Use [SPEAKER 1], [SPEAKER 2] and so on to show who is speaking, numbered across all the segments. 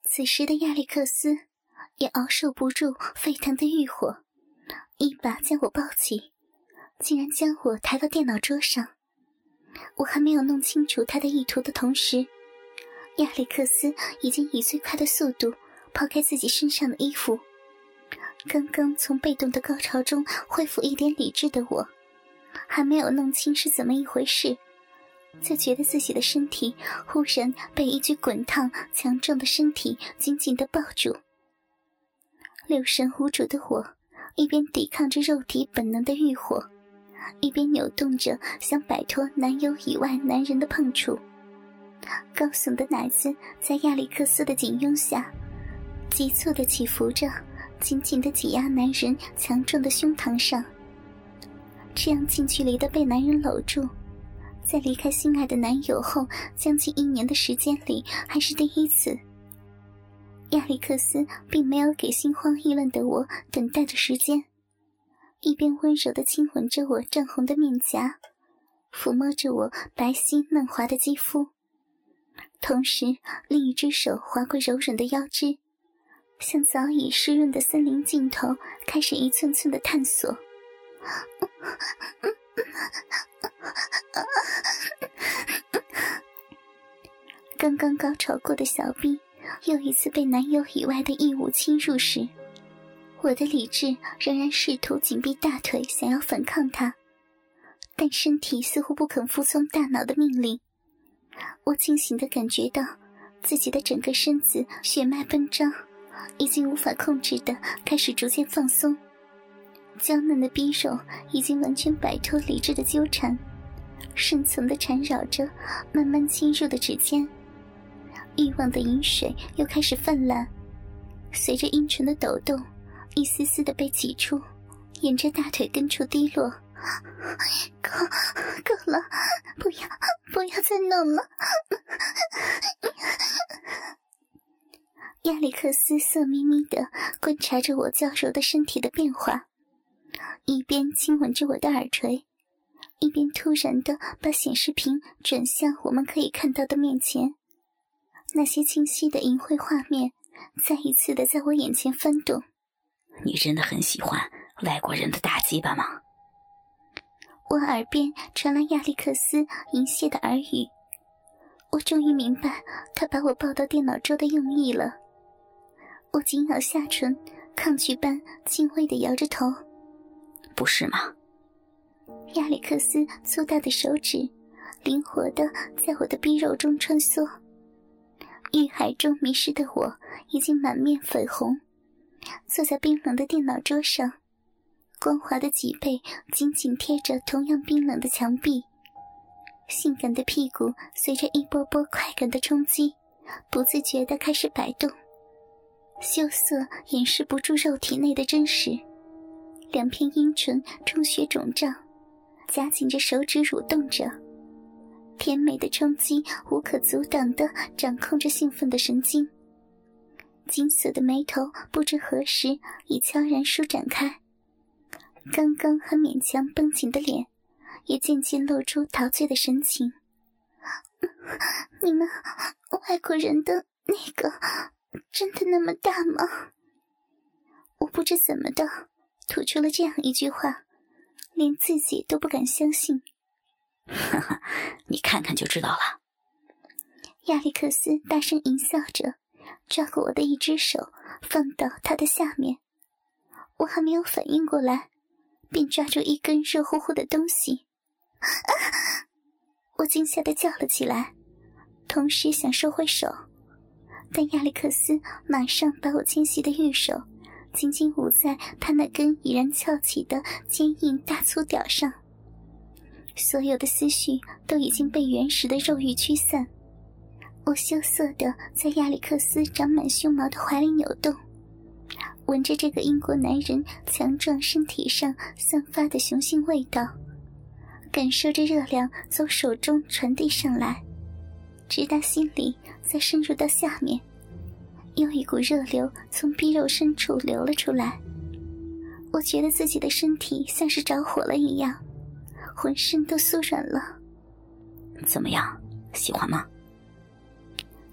[SPEAKER 1] 此时的亚历克斯也熬受不住沸腾的欲火，一把将我抱起，竟然将我抬到电脑桌上。我还没有弄清楚他的意图的同时，亚历克斯已经以最快的速度抛开自己身上的衣服。刚刚从被动的高潮中恢复一点理智的我，还没有弄清是怎么一回事，就觉得自己的身体忽然被一具滚烫强壮的身体紧紧地抱住。六神无主的我，一边抵抗着肉体本能的欲火，一边扭动着想摆脱男友以外男人的碰触。高耸的奶子在亚历克斯的紧拥下急促地起伏着，紧紧地挤压男人强壮的胸膛上。这样近距离地被男人搂住，在离开心爱的男友后将近1年的时间里还是第一次。亚历克斯并没有给心慌意乱的我等待的时间，一边温柔地亲吻着我涨红的面颊，抚摸着我白皙嫩滑的肌肤，同时另一只手划过柔软的腰肢，向早已湿润的森林尽头开始一寸寸的探索。刚刚高潮过的小臂又一次被男友以外的异物侵入时，我的理智仍然试图紧闭大腿，想要反抗它，但身体似乎不肯服从大脑的命令。我清醒地感觉到自己的整个身子血脉奔张，已经无法控制地开始逐渐放松。娇嫩的逼肉已经完全摆脱理智的纠缠，深层地缠绕着慢慢侵入的指尖。欲望的饮水又开始泛滥，随着阴唇的抖动，一丝丝地被挤出，沿着大腿根处滴落。够了，不要再弄了。亚历克斯色眯眯地观察着我娇柔的身体的变化，一边亲吻着我的耳垂，一边突然地把显示屏转向我们可以看到的面前。那些清晰的淫秽画面再一次地在我眼前翻动。
[SPEAKER 2] 你真的很喜欢外国人的大鸡巴吗？
[SPEAKER 1] 我耳边传来亚历克斯淫亵的耳语，我终于明白他把我抱到电脑桌的用意了。我紧咬下唇，抗拒般轻微地摇着头。
[SPEAKER 2] 不是吗？
[SPEAKER 1] 亚历克斯粗大的手指灵活地在我的逼肉中穿梭。欲海中迷失的我已经满面粉红，坐在冰冷的电脑桌上，光滑的脊背紧紧贴着同样冰冷的墙壁，性感的屁股随着一波波快感的冲击，不自觉地开始摆动。羞涩掩饰不住肉体内的真实，两片阴唇充血肿胀，夹紧着手指蠕动着。甜美的冲击无可阻挡地掌控着兴奋的神经，金色的眉头不知何时已悄然舒展开，刚刚还勉强绷紧的脸也渐渐露出陶醉的神情。你们外国人的那个真的那么大吗？我不知怎么的吐出了这样一句话，连自己都不敢相信。
[SPEAKER 2] 哈哈，你看看就知道了。
[SPEAKER 1] 亚历克斯大声淫笑着，抓过我的一只手放到他的下面。我还没有反应过来，便抓住一根热乎乎的东西。我惊吓地叫了起来，同时想收回手，但亚历克斯马上把我纤细的玉手紧紧捂在他那根已然翘起的坚硬大粗屌上。所有的思绪都已经被原始的肉欲驱散，我羞涩地在亚历克斯长满胸毛的怀里扭动，闻着这个英国男人强壮身体上散发的雄性味道，感受着热量从手中传递上来，直达心里，再深入到下面，又一股热流从逼肉深处流了出来。我觉得自己的身体像是着火了一样，浑身都酥软了。
[SPEAKER 2] 怎么样，喜欢吗？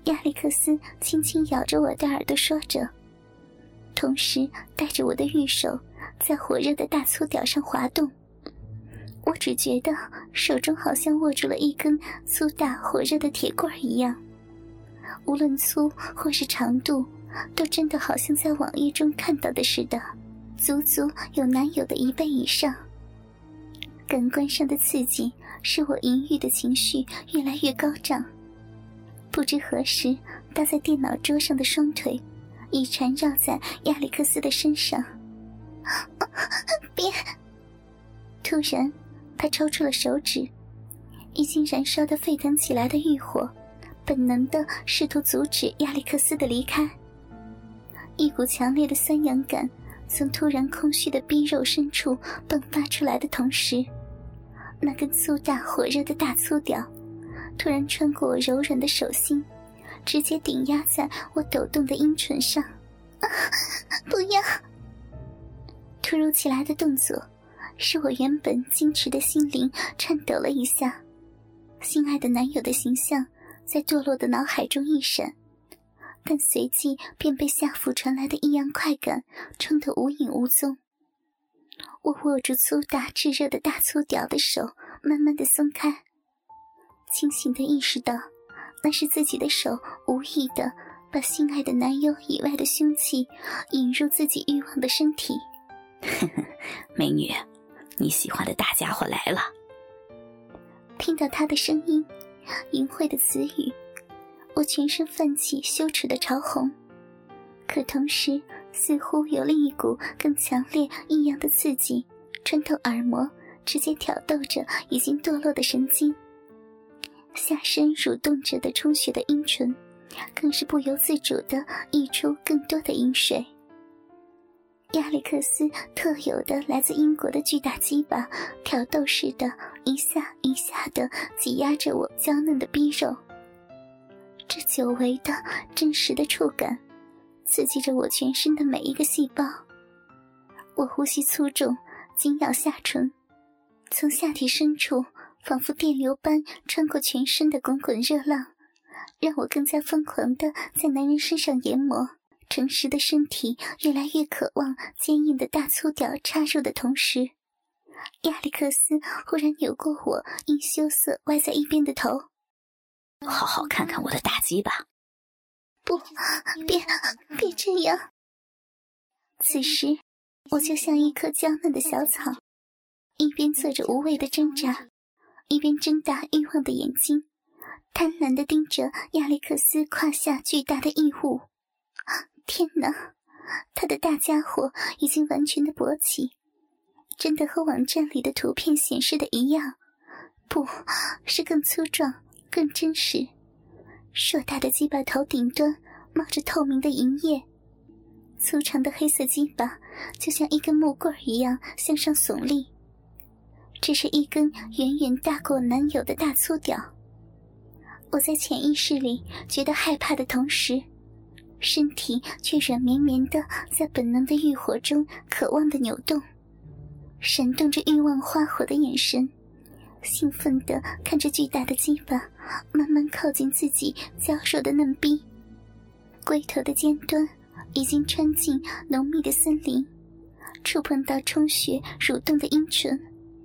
[SPEAKER 1] 亚历克斯轻轻咬着我的耳朵说着，同时带着我的玉手在火热的大粗屌上滑动。我只觉得手中好像握住了一根粗大火热的铁棍一样，无论粗或是长度，都真的好像在网页中看到的似的，足足有男友的1倍以上。感官上的刺激使我淫欲的情绪越来越高涨，不知何时搭在电脑桌上的双腿已缠绕在亚历克斯的身上。别！突然他抽出了手指，已经燃烧得沸腾起来的欲火本能地试图阻止亚历克斯的离开。一股强烈的酸痒感从突然空虚的逼肉深处迸发出来的同时，那根粗大火热的大粗屌突然穿过我柔软的手心，直接顶压在我抖动的阴唇上。不要！突如其来的动作使我原本矜持的心灵颤抖了一下，心爱的男友的形象在堕落的脑海中一闪，但随即便被下腹传来的异样快感冲得无影无踪。我握住粗大炙热的大粗屌的手慢慢地松开，清醒地意识到那是自己的手无意地把心爱的男友以外的凶器引入自己欲望的身体。
[SPEAKER 2] 美女，你喜欢的大家伙来了。
[SPEAKER 1] 听到他的声音，淫秽的词语，我全身泛起羞耻的潮红，可同时似乎有另一股更强烈异样的刺激穿透耳膜，直接挑逗着已经堕落的神经。下身蠕动着的充血的阴唇更是不由自主地溢出更多的阴水。亚历克斯特有的来自英国的巨大鸡巴挑逗似的一下一下地挤压着我娇嫩的逼肉，这久违的真实的触感刺激着我全身的每一个细胞。我呼吸粗重，紧咬下唇，从下体深处仿佛电流般穿过全身的滚滚热浪，让我更加疯狂地在男人身上研磨。诚实的身体越来越渴望坚硬的大粗屌插入的同时，亚历克斯忽然扭过我因羞涩歪在一边的头。
[SPEAKER 2] 好好看看我的大鸡巴。
[SPEAKER 1] 不，别这样。此时我就像一棵娇嫩的小草，一边做着无谓的挣扎，一边睁大欲望的眼睛，贪婪地盯着亚历克斯胯下巨大的异物。天哪，他的大家伙已经完全的勃起，真的和网站里的图片显示的一样，不是更粗壮更真实。硕大的鸡巴头顶端冒着透明的银液，粗长的黑色鸡巴就像一根木棍一样向上耸立，这是一根远远大过男友的大粗屌。我在潜意识里觉得害怕的同时，身体却软绵绵的在本能的欲火中渴望的扭动，闪动着欲望花火的眼神，兴奋地看着巨大的鸡巴慢慢靠近自己娇弱的嫩逼，龟头的尖端已经穿进浓密的森林，触碰到充血蠕动的阴唇。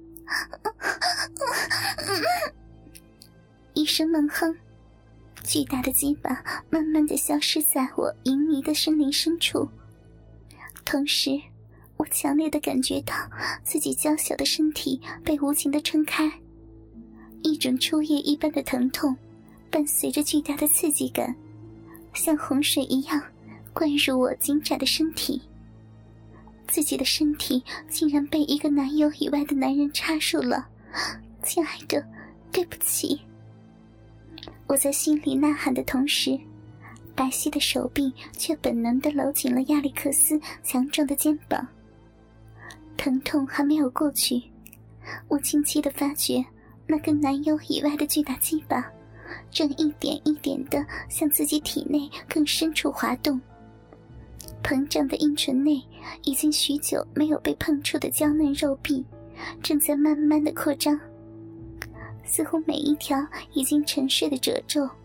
[SPEAKER 1] 一声闷哼，巨大的鸡巴慢慢地消失在我淫迷的森林深处，同时我强烈地感觉到自己娇小的身体被无情地撑开，一种初夜一般的疼痛伴随着巨大的刺激感，像洪水一样灌入我紧窄的身体。自己的身体竟然被一个男友以外的男人插入了，亲爱的，对不起。我在心里呐喊的同时，白皙的手臂却本能地搂紧了亚历克斯强壮的肩膀。疼痛还没有过去，我清晰地发觉那根男友以外的巨大鸡巴正一点一点地向自己体内更深处滑动。膨胀的阴唇内已经许久没有被碰触的娇嫩肉壁正在慢慢地扩张，似乎每一条已经沉睡的褶皱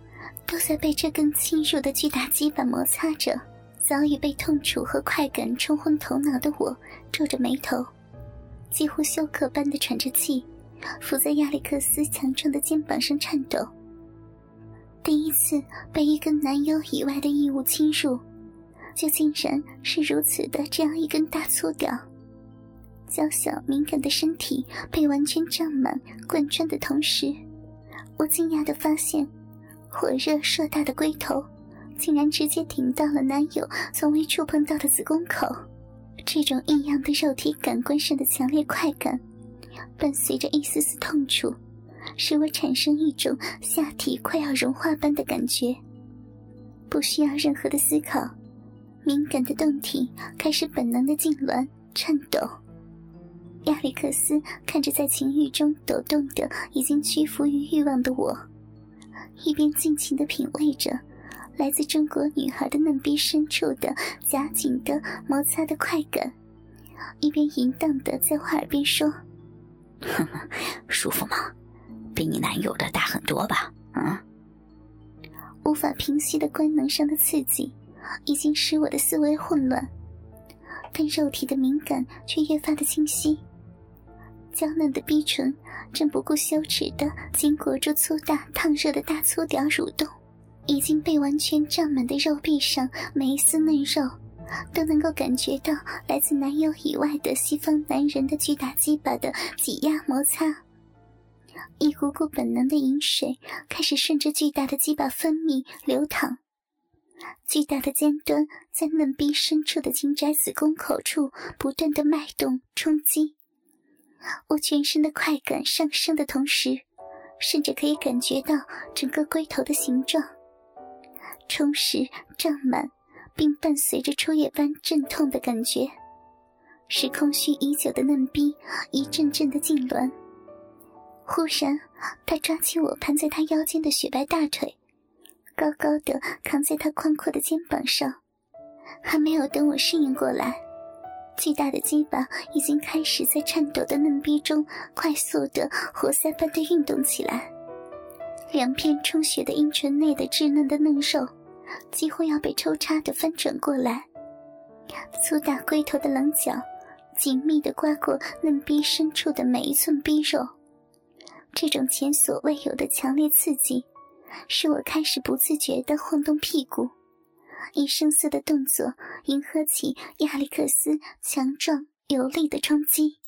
[SPEAKER 1] 都在被这根侵入的巨大鸡巴摩擦着。早已被痛楚和快感冲昏头脑的我皱着眉头，几乎休克般的喘着气，伏在亚历克斯强壮的肩膀上颤抖。第一次被一根男友以外的异物侵入，就竟然是如此的这样一根大粗屌。娇小敏感的身体被完全胀满贯穿的同时，我惊讶地发现火热硕大的龟头竟然直接顶到了男友从未触碰到的子宫口。这种异样的肉体感官上的强烈快感，伴随着一丝丝痛楚，使我产生一种下体快要融化般的感觉。不需要任何的思考，敏感的胴体开始本能的痉挛颤抖。亚历克斯看着在情欲中抖动的已经屈服于欲望的我，一边尽情地品味着来自中国女孩的嫩逼深处的夹紧的摩擦的快感，一边淫荡地在我耳边说：
[SPEAKER 2] 呵呵，舒服吗？比你男友的大很多吧？
[SPEAKER 1] 无法平息的官能上的刺激已经使我的思维混乱，但肉体的敏感却越发的清晰。娇嫩的逼唇正不顾羞耻地紧裹住粗大烫热的大粗屌蠕动，已经被完全胀满的肉壁上每一丝嫩肉都能够感觉到来自男友以外的西方男人的巨大鸡巴的挤压摩擦。一股股本能的饮水开始顺着巨大的鸡巴分泌流淌，巨大的尖端在嫩逼深处的紧窄子宫口处不断的脉动冲击。我全身的快感上升的同时，甚至可以感觉到整个龟头的形状充实胀满，并伴随着初夜般阵痛的感觉，使空虚已久的嫩逼一阵阵的痉挛。忽然他抓起我盘在他腰间的雪白大腿，高高的扛在他宽阔的肩膀上。还没有等我适应过来，巨大的鸡巴已经开始在颤抖的嫩逼中快速的活塞般的运动起来。两片充血的阴唇内的稚嫩的嫩肉几乎要被抽插的翻转过来，粗大龟头的棱角紧密地刮过嫩逼深处的每一寸逼肉。这种前所未有的强烈刺激使我开始不自觉地晃动屁股，以声色的动作迎合起亚历克斯强壮有力的冲击。